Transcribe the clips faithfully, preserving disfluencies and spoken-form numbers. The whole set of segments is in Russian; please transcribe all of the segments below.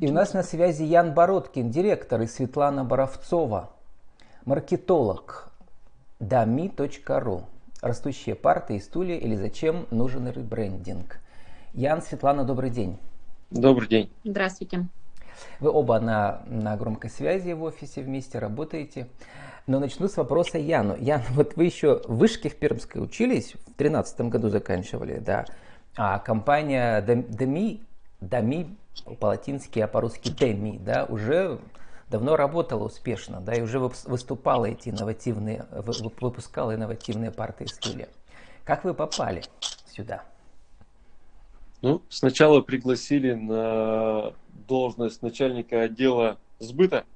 И у нас на связи Ян Бородкин, директор, и Светлана Боровцова, маркетолог дами точка ру. Растущие парты и стулья или зачем нужен ребрендинг. Ян, Светлана, добрый день. Добрый день. Здравствуйте. Вы оба на, на громкой связи в офисе вместе работаете. Но начну с вопроса Яну. Ян, вот вы еще в вышке в Пермской учились, в тринадцатом году заканчивали, да. А компания Дами, Дами по-латински, а по-русски Деми, да, уже давно работала успешно, да, и уже выступала эти инновативные, выпускала инновативные парты и стулья. Как вы попали сюда? Ну, сначала пригласили на должность начальника отдела сбыта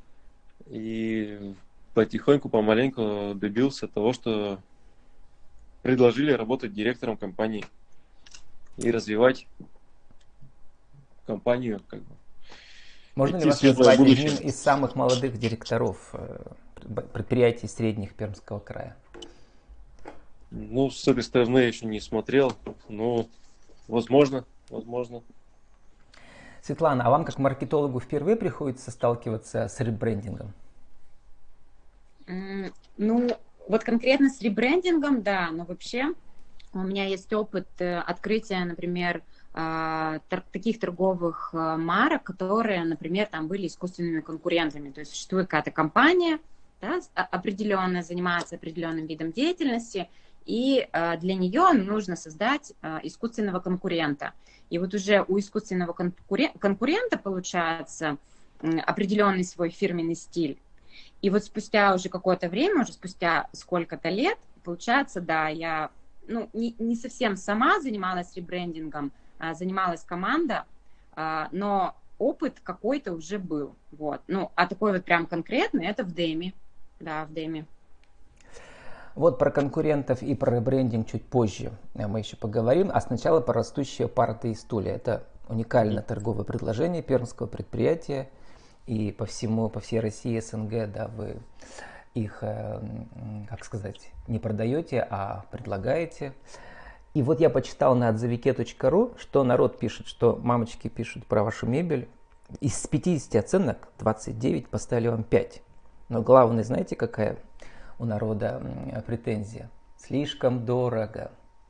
и потихоньку, помаленьку добился того, что предложили работать директором компании и развивать компанию, как бы. Можно ли вас назвать одним из самых молодых директоров предприятий средних Пермского края? Ну, с этой стороны я еще не смотрел, но возможно, возможно. Светлана, а вам как маркетологу впервые приходится сталкиваться с ребрендингом? Mm, ну, вот конкретно с ребрендингом, да, но вообще у меня есть опыт открытия, например, таких торговых марок, которые, например, там были искусственными конкурентами. То есть существует какая-то компания, да, определенная, занимается определенным видом деятельности, и для нее нужно создать искусственного конкурента. И вот уже у искусственного конкурента получается определенный свой фирменный стиль. И вот спустя уже какое-то время, уже спустя сколько-то лет, получается, да, я ну, не, не совсем сама занималась ребрендингом, занималась команда, но опыт какой-то уже был. Вот. Ну, а такой вот прям конкретный, это в Деми. Да, в Деми. Вот про конкурентов и про ребрендинг чуть позже мы еще поговорим. А сначала про растущие парты и стулья. Это уникальное торговое предложение пермского предприятия. И по всему, по всей России, СНГ, да, вы их, как сказать, не продаете, а предлагаете. И вот я почитал на отзывике точка ру, что народ пишет, что мамочки пишут про вашу мебель. Из пятидесяти оценок двадцать девять поставили вам пять. Но главное, знаете, какая у народа претензия? Слишком дорого.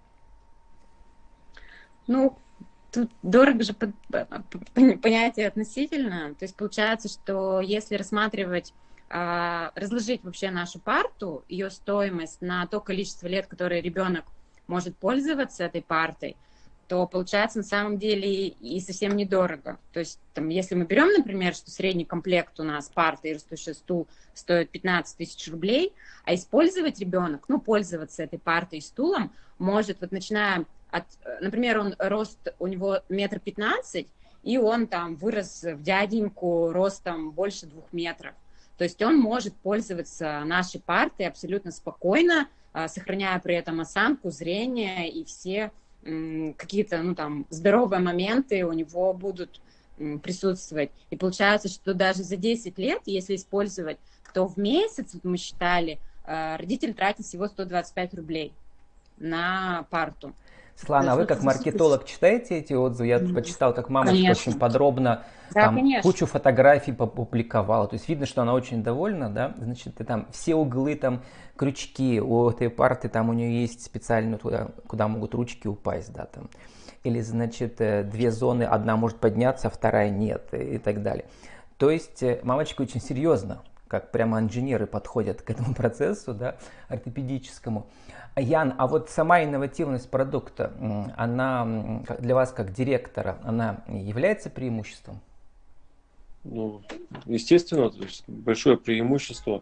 Ну, тут дорого же понятие относительно. То есть получается, что если рассматривать, разложить вообще нашу парту, ее стоимость на то количество лет, которое ребенок может пользоваться этой партой, то получается на самом деле и совсем недорого. То есть, там, если мы берем, например, что средний комплект у нас парты и растущий стул стоит пятнадцать тысяч рублей, а использовать ребенок, ну, пользоваться этой партой и стулом может, вот начиная от, например, он рост у него метр пятнадцать, и он там вырос в дяденьку ростом больше двух метров. То есть он может пользоваться нашей партой абсолютно спокойно, сохраняя при этом осанку, зрение и все какие-то, ну, там, здоровые моменты у него будут присутствовать. И получается, что даже за десять лет, если использовать, то в месяц, вот мы считали, родитель тратит всего сто двадцать пять рублей на парту. Светлана, а вы как маркетолог читаете эти отзывы? Я mm-hmm. почитал, как мамочка конечно. Очень подробно да, там конечно. Кучу фотографий опубликовала. То есть видно, что она очень довольна, да? Значит, и там все углы, там крючки у этой парты, там у нее есть специально туда, куда могут ручки упасть, да, там. Или, значит, две зоны, одна может подняться, а вторая нет, и так далее. То есть мамочка очень серьезно, как прямо инженеры подходят к этому процессу, да, ортопедическому. Ян, а вот сама инновативность продукта, она для вас как директора, она является преимуществом? Ну, естественно, то есть большое преимущество.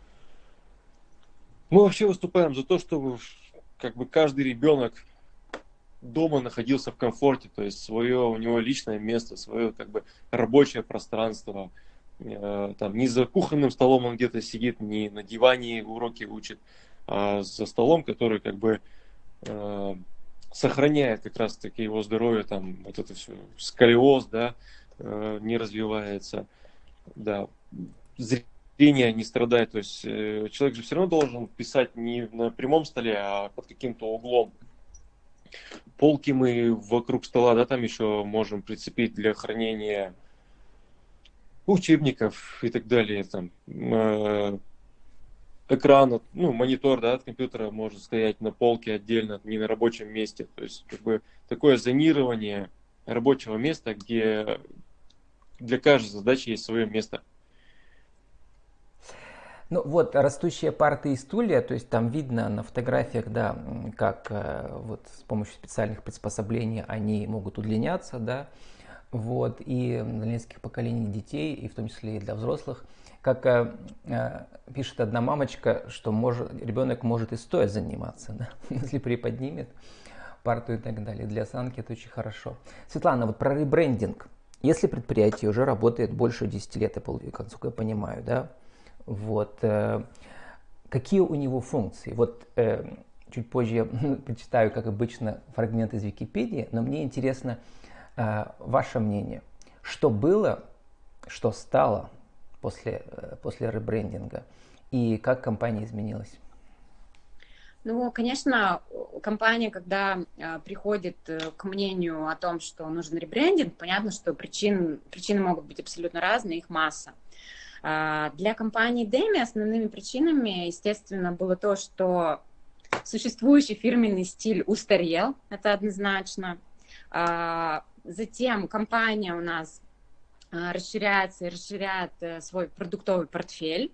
Мы вообще выступаем за то, чтобы как бы каждый ребенок дома находился в комфорте, то есть свое у него личное место, свое как бы рабочее пространство. Там не за кухонным столом он где-то сидит, не на диване уроки учит, а за столом, который как бы э, сохраняет как раз таки его здоровье, там вот это все, сколиоз, да, э, не развивается, да, зрение не страдает, то есть э, человек же все равно должен писать не на прямом столе, а под каким-то углом. Полки мы вокруг стола, да, там еще можем прицепить для хранения учебников и так далее, там, э, экран, ну, монитор, да, от компьютера может стоять на полке отдельно, не на рабочем месте. То есть, как бы, такое зонирование рабочего места, где для каждой задачи есть свое место. Ну вот, растущие парты и стулья, то есть там видно на фотографиях, да, как э, вот с помощью специальных приспособлений они могут удлиняться, да, вот, и для нескольких поколений детей, и в том числе и для взрослых. Как э, э, пишет одна мамочка, что может, ребенок может и стоя заниматься, да, если приподнимет парту и так далее. Для осанки это очень хорошо. Светлана, вот про ребрендинг. Если предприятие уже работает больше десяти лет, насколько я понимаю, да, вот, э, какие у него функции? Вот э, чуть позже я прочитаю, как обычно, фрагмент из Википедии, но мне интересно э, ваше мнение. Что было, что стало после, э, после ребрендинга и как компания изменилась? Ну, конечно, компания, когда э, приходит э, к мнению о том, что нужен ребрендинг, понятно, что причин, причины могут быть абсолютно разные, их масса. Э, для компании Demi основными причинами, естественно, было то, что существующий фирменный стиль устарел, это однозначно. Э, затем компания у нас э, расширяется и расширяет э, свой продуктовый портфель.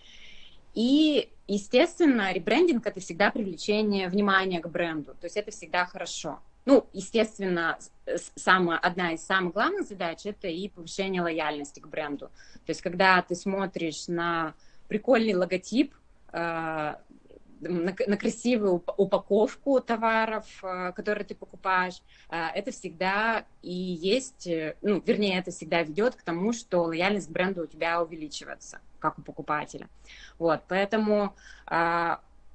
И, естественно, ребрендинг – это всегда привлечение внимания к бренду, то есть это всегда хорошо. Ну, естественно, самая, одна из самых главных задач – это и повышение лояльности к бренду. То есть когда ты смотришь на прикольный логотип, э, на, на красивую упаковку товаров, э, которые ты покупаешь, э, это всегда и есть, ну, вернее, это всегда ведет к тому, что лояльность к бренду у тебя увеличивается, как у покупателя. Вот, поэтому э,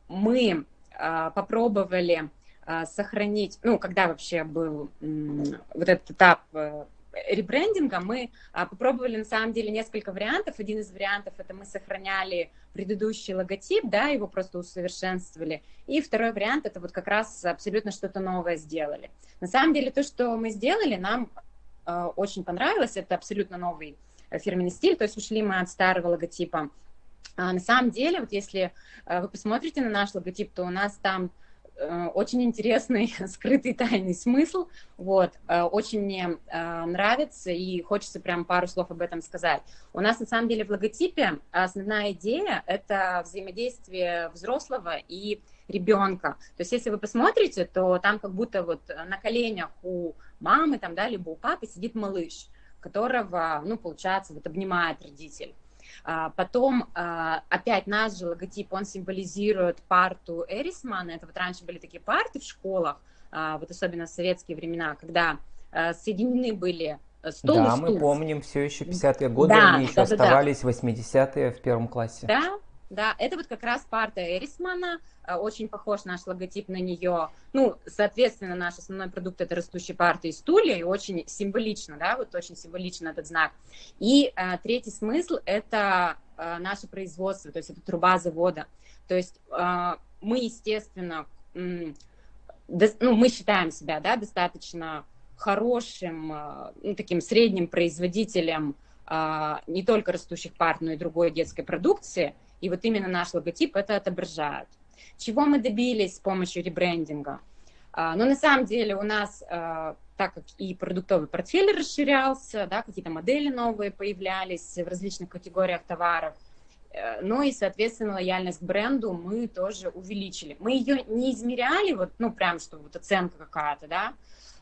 мы э, попробовали э, сохранить, ну, когда вообще был э, вот этот этап э, ребрендинга, мы э, попробовали на самом деле несколько вариантов. Один из вариантов — это мы сохраняли предыдущий логотип, да, его просто усовершенствовали. И второй вариант — это вот как раз абсолютно что-то новое сделали. На самом деле то, что мы сделали, нам э, очень понравилось. Это абсолютно новый фирменный стиль, то есть ушли мы от старого логотипа. А на самом деле, вот если э, вы посмотрите на наш логотип, то у нас там э, очень интересный скрытый тайный смысл. Вот, э, очень мне э, нравится и хочется прям пару слов об этом сказать. У нас на самом деле в логотипе основная идея — это взаимодействие взрослого и ребенка. То есть если вы посмотрите, то там как будто вот на коленях у мамы там, да, либо у папы сидит малыш, которого, ну, получается, вот обнимает родитель. А, потом, а, опять наш же логотип, он символизирует парту Эрисмана. Это вот раньше были такие парты в школах, а, вот особенно в советские времена, когда а, соединены были стол Да, и стул. мы помним, все еще пятидесятые годы, Да, они еще да, оставались да, да. восьмидесятые в первом классе. Да, да, это вот как раз парта Эрисмана, очень похож наш логотип на нее. Ну, соответственно, наш основной продукт — это растущие парты и стулья, и очень символично, да, вот очень символичен этот знак. И а, третий смысл — это а, наше производство, то есть это труба завода. То есть а, мы, естественно, м, до, ну, мы считаем себя, да, достаточно хорошим, а, ну, таким средним производителем а, не только растущих парт, но и другой детской продукции. И вот именно наш логотип это отображает. Чего мы добились с помощью ребрендинга? А, ну, на самом деле у нас, а, так как и продуктовый портфель расширялся, да, какие-то модели новые появлялись в различных категориях товаров, э, ну и, соответственно, лояльность к бренду мы тоже увеличили. Мы ее не измеряли, вот, ну, прям, что вот оценка какая-то, да,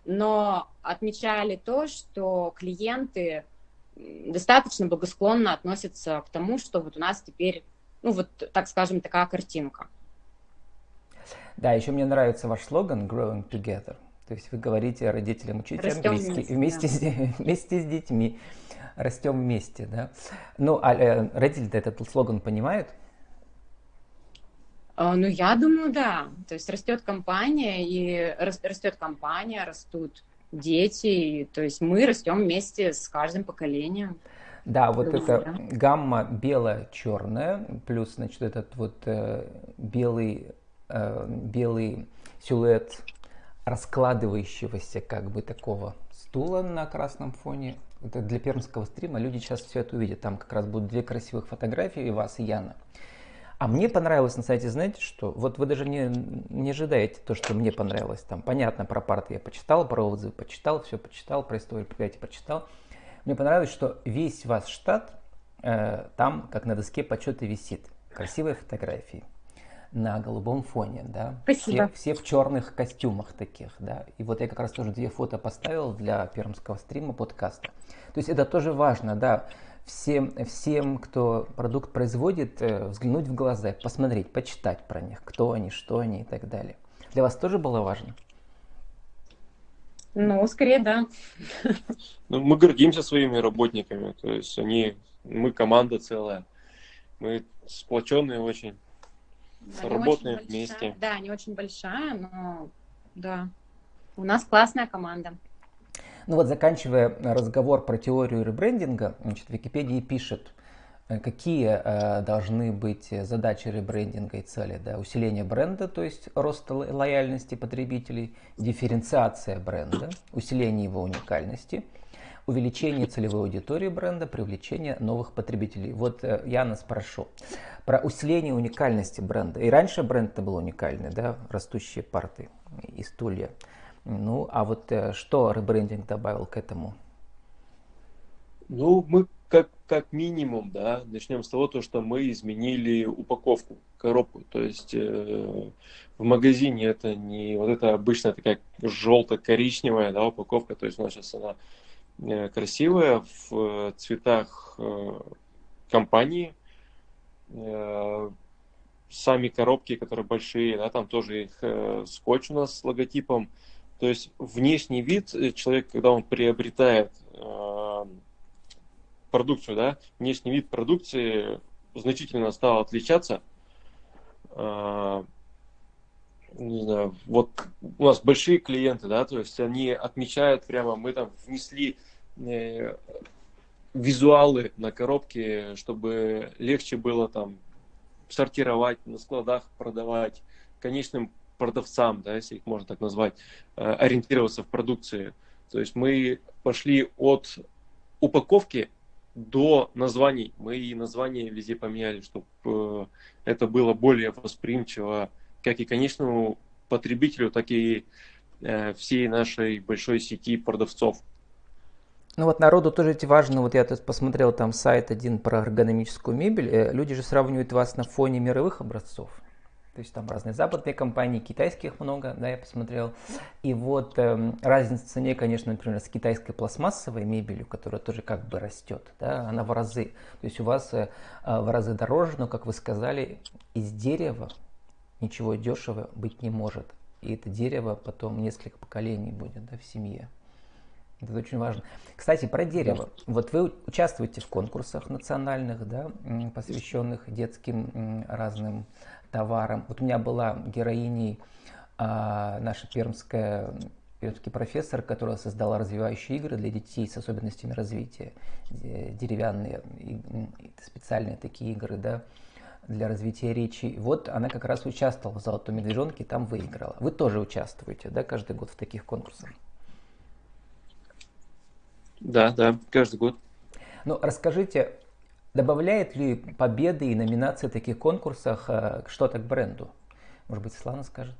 но отмечали то, что клиенты достаточно благосклонно относятся к тому, что вот у нас теперь, ну, вот, так скажем, такая картинка. Да, еще мне нравится ваш слоган «Growing Together». То есть вы говорите родителям, учите Растем английский вместе, вместе, да. с, вместе с детьми. Растем вместе, да. Ну, а э, родители-то этот слоган понимают? А, ну, я думаю, да. То есть растет компания, и растет компания, растут дети. То есть мы растем вместе с каждым поколением. Да, вот думаю, эта да. гамма бело-черная, плюс, значит, этот вот э, белый... белый силуэт раскладывающегося как бы такого стула на красном фоне. это для пермского стрима люди сейчас все это увидят. Там как раз будут две красивых фотографии, и вас, и Яна. А мне понравилось на сайте, знаете что? Вот вы даже не, не ожидаете то, что мне понравилось. Там понятно, про парты я почитал, про отзывы почитал, все почитал, про историю предприятия почитал. Мне понравилось, что весь ваш штат э, там, как на доске почета, висит. Красивые фотографии на голубом фоне, да. Спасибо. Все, все в черных костюмах таких, да. И вот я как раз тоже две фото поставил для пермского стрима подкаста. То есть это тоже важно, да. Всем, всем, кто продукт производит, взглянуть в глаза, посмотреть, почитать про них, кто они, что они и так далее. Для вас тоже было важно? Ну, скорее, да. Ну, мы гордимся своими работниками, то есть они, мы команда целая, мы сплоченные очень, Да, работаем очень вместе. Большая, да, не очень большая, но да, у нас классная команда. Ну вот, заканчивая разговор про теорию ребрендинга, значит, в Википедии пишет, какие э, должны быть задачи ребрендинга и цели. Да? Усиление бренда, то есть рост лояльности потребителей, дифференциация бренда, усиление его уникальности, увеличение целевой аудитории бренда, привлечение новых потребителей. Вот э, я нас спрошу про усиление уникальности бренда. И раньше бренд-то был уникальный, да, растущие парты и стулья. Ну, а вот э, что ребрендинг добавил к этому? Ну, мы как, как минимум, да, начнем с того, то, что мы изменили упаковку, коробку. То есть э, в магазине это не вот эта обычная такая желто-коричневая, да, упаковка. То есть у нас сейчас она э, красивая в э, цветах э, компании. Э, сами коробки, которые большие, да, там тоже их э, скотч у нас с логотипом. То есть внешний вид человек, когда он приобретает э, продукцию, да, внешний вид продукции значительно стал отличаться. Э, не знаю, вот у нас большие клиенты, да, то есть они отмечают прямо, мы там внесли э, визуалы на коробке, чтобы легче было там сортировать, на складах продавать конечным продавцам, да, если их можно так назвать, ориентироваться в продукции. То есть мы пошли от упаковки до названий. Мы и названия везде поменяли, чтобы это было более восприимчиво как и конечному потребителю, так и всей нашей большой сети продавцов. Ну вот народу тоже это важно. Вот я тут посмотрел там сайт один про эргономическую мебель. Люди же сравнивают вас на фоне мировых образцов. То есть там разные западные компании, китайских много, да, я посмотрел. И вот э, разница в цене, конечно, например, с китайской пластмассовой мебелью, которая тоже как бы растет, да, она в разы. То есть у вас э, в разы дороже, но, как вы сказали, из дерева ничего дешево быть не может. И это дерево потом несколько поколений будет, да, в семье. Это очень важно. Кстати, про дерево. Вот вы участвуете в конкурсах национальных, да, посвященных детским разным товарам. Вот у меня была героиней а, наша пермская, пермский профессор, которая создала развивающие игры для детей с особенностями развития. Деревянные, специальные такие игры, да, для развития речи. Вот она как раз участвовала в «Золотом медвежонке» и там выиграла. Вы тоже участвуете, да, каждый год в таких конкурсах? Да, да, каждый год. Ну, расскажите, добавляет ли победы и номинации в таких конкурсах э, что-то к бренду? Может быть, Светлана скажет?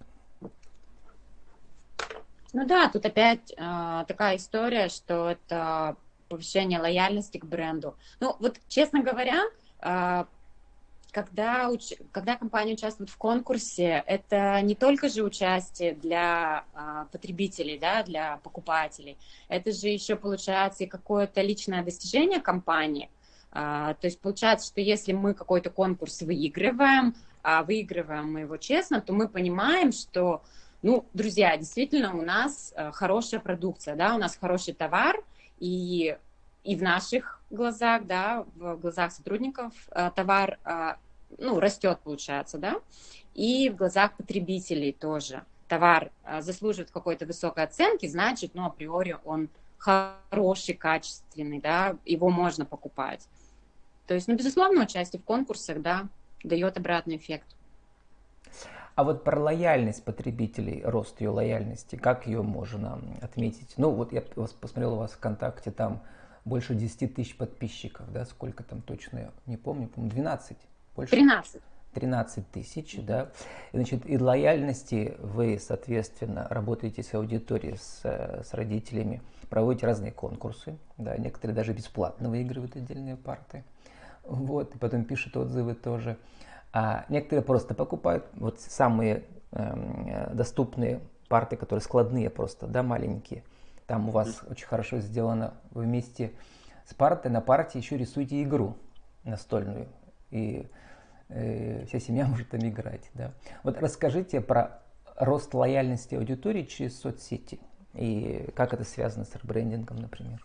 Ну да, тут опять э, такая история, что это повышение лояльности к бренду. Ну вот, честно говоря, э, когда, уч... когда компания участвует в конкурсе, это не только же участие для э, потребителей, да, для покупателей, это же еще получается и какое-то личное достижение компании. Э, то есть получается, что если мы какой-то конкурс выигрываем, а выигрываем мы его честно, то мы понимаем, что, ну, друзья, действительно у нас э, хорошая продукция, да, у нас хороший товар, и и в наших глазах, да, в глазах сотрудников э, товар, э, ну, растет, получается, да, и в глазах потребителей тоже товар э, заслуживает какой-то высокой оценки, значит, ну, априори он хороший, качественный, да, его можно покупать. То есть, ну, безусловно, участие в конкурсах, да, дает обратный эффект. А вот про лояльность потребителей, рост ее лояльности, как ее можно отметить? Ну, вот я посмотрел у вас ВКонтакте, там больше десяти тысяч подписчиков, да, сколько там точно, я не помню, по-моему, двенадцать, больше? тринадцать. тринадцать тысяч, да. И, значит, и лояльности вы, соответственно, работаете с аудиторией, с, с родителями, проводите разные конкурсы, да, некоторые даже бесплатно выигрывают отдельные парты, вот, и потом пишут отзывы тоже. А некоторые просто покупают вот самые э, доступные парты, которые складные просто, да, маленькие. Там у вас очень хорошо сделано, вы вместе с партой на парте еще рисуете игру настольную, и э, вся семья может там играть, да. Вот расскажите про рост лояльности аудитории через соцсети и как это связано с ребрендингом, например.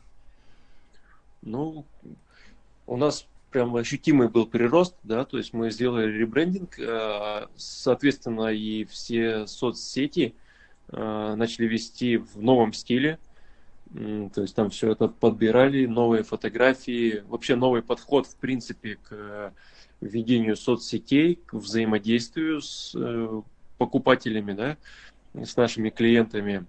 Ну, у нас прям ощутимый был прирост, да, то есть мы сделали ребрендинг, соответственно, и все соцсети начали вести в новом стиле, то есть там все это подбирали, новые фотографии, вообще новый подход, в принципе, к ведению соцсетей, к взаимодействию с покупателями, да, с нашими клиентами.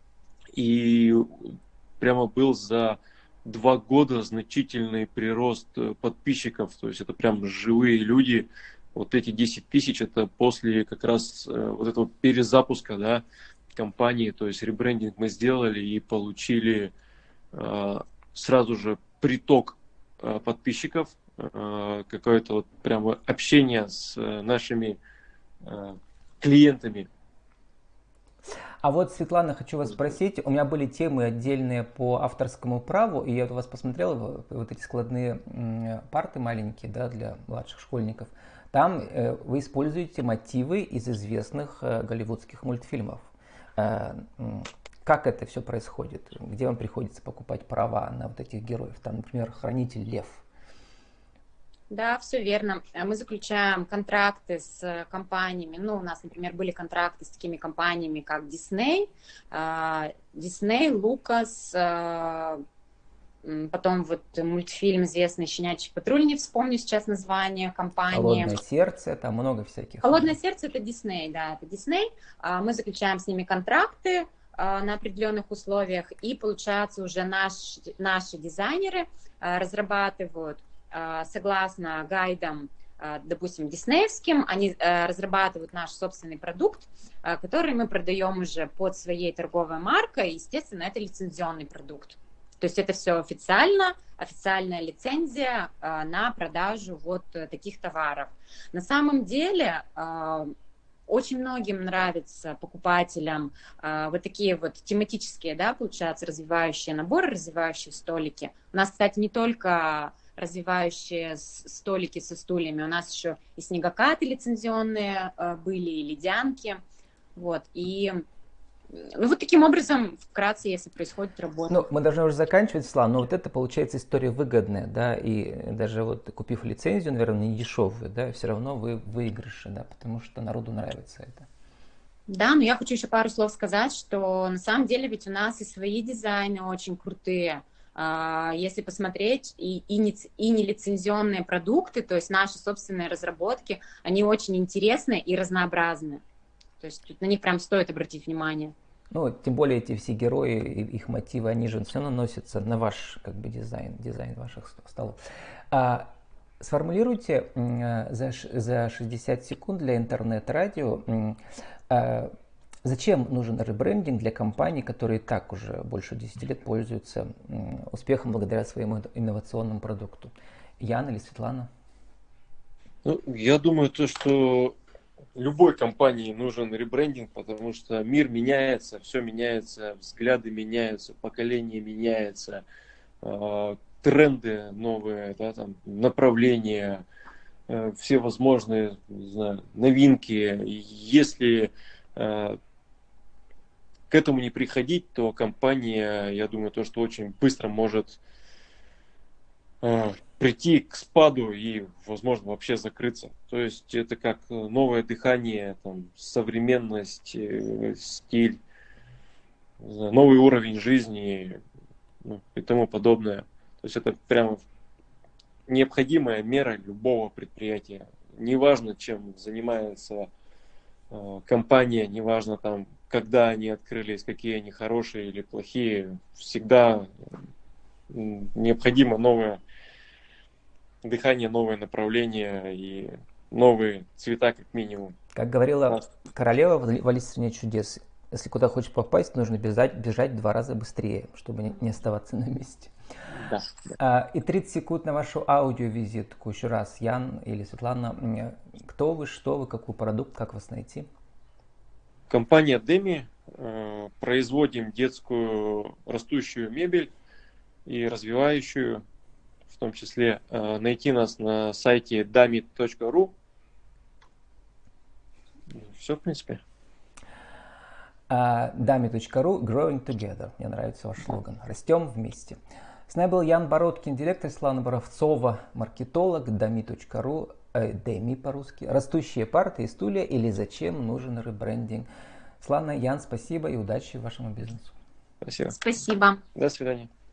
И прямо был за два года значительный прирост подписчиков, то есть это прям живые люди. Вот эти десять тысяч это после как раз вот этого перезапуска, да, компании, то есть ребрендинг мы сделали и получили э, сразу же приток э, подписчиков, э, какое-то вот прямо общение с э, нашими э, клиентами. А вот, Светлана, хочу вас спросить, у меня были темы отдельные по авторскому праву, и я у вас посмотрел вот эти складные парты маленькие, да, для младших школьников. Там э, вы используете мотивы из известных э, голливудских мультфильмов. Э, как это все происходит? Где вам приходится покупать права на вот этих героев? Там, например, «Хранитель лев». Да, все верно. Мы заключаем контракты с компаниями. Ну, у нас, например, были контракты с такими компаниями, как Disney, Disney, Lucas, потом вот мультфильм известный «Щенячий патруль», не вспомню сейчас название компании. «Холодное сердце», там много всяких. «Холодное сердце» — это Disney, да, это Disney. Мы заключаем с ними контракты на определенных условиях, и, получается, уже наш, наши дизайнеры разрабатывают согласно гайдам, допустим, диснеевским, они разрабатывают наш собственный продукт, который мы продаем уже под своей торговой маркой. Естественно, это лицензионный продукт. То есть это все официально, официальная лицензия на продажу вот таких товаров. На самом деле, очень многим нравится покупателям вот такие вот тематические, да, получается, развивающие наборы, развивающие столики. У нас, кстати, не только развивающие столики со стульями. У нас еще и снегокаты лицензионные были, и ледянки. Вот. И ну, вот таким образом, вкратце, если происходит работа. Ну, мы должны уже заканчивать, Слава, но вот это, получается, история выгодная, да, и даже вот купив лицензию, наверное, не дешевую, да, все равно вы в выигрыше, да, потому что народу нравится это. Да, но я хочу еще пару слов сказать, что на самом деле ведь у нас и свои дизайны очень крутые. Если посмотреть, и, и, не, и нелицензионные продукты, то есть наши собственные разработки, они очень интересные и разнообразные. То есть тут на них прям стоит обратить внимание. Ну, тем более эти все герои, их мотивы, они же все равно носятся на ваш как бы дизайн, дизайн ваших столов. А, сформулируйте за, за шестьдесят секунд для интернет-радио, а, зачем нужен ребрендинг для компаний, которые так уже больше десяти лет пользуются успехом благодаря своему инновационному продукту? Ян или Светлана? Ну, я думаю, то, что любой компании нужен ребрендинг, потому что мир меняется, все меняется, взгляды меняются, поколение меняется, э, тренды новые, да, там, направления, э, все возможные, не знаю, новинки. Если э, к этому не приходить, то компания, я думаю, то, что очень быстро может э, прийти к спаду и, возможно, вообще закрыться. То есть это как новое дыхание, там, современность, э, стиль, новый уровень жизни, ну, и тому подобное. То есть это прямо необходимая мера любого предприятия. Неважно, чем занимается э, компания, неважно там, когда они открылись, какие они хорошие или плохие, всегда необходимо новое дыхание, новое направление и новые цвета как минимум. Как говорила королева в «Алисе в стране чудес», если куда хочешь попасть, нужно бежать, бежать в два раза быстрее, чтобы не, не оставаться на месте. Да, да. А, и тридцать секунд на вашу аудиовизитку. Еще раз, Ян или Светлана, кто вы, что вы, какой продукт, как вас найти? Компания Demi. Э, производим детскую растущую мебель и развивающую, в том числе. Э, найти нас на сайте dami точка ру. Все, в принципе. dami точка ру, Growing Together. Мне нравится ваш слоган. Растем вместе. С нами был Ян Бородкин, директор, Светлана Боровцова, маркетолог, dami точка ру, э, Demi по-русски, растущие парты и стулья или зачем нужен ребрендинг. Светлана, Ян, спасибо и удачи вашему бизнесу. Спасибо. Спасибо. До свидания.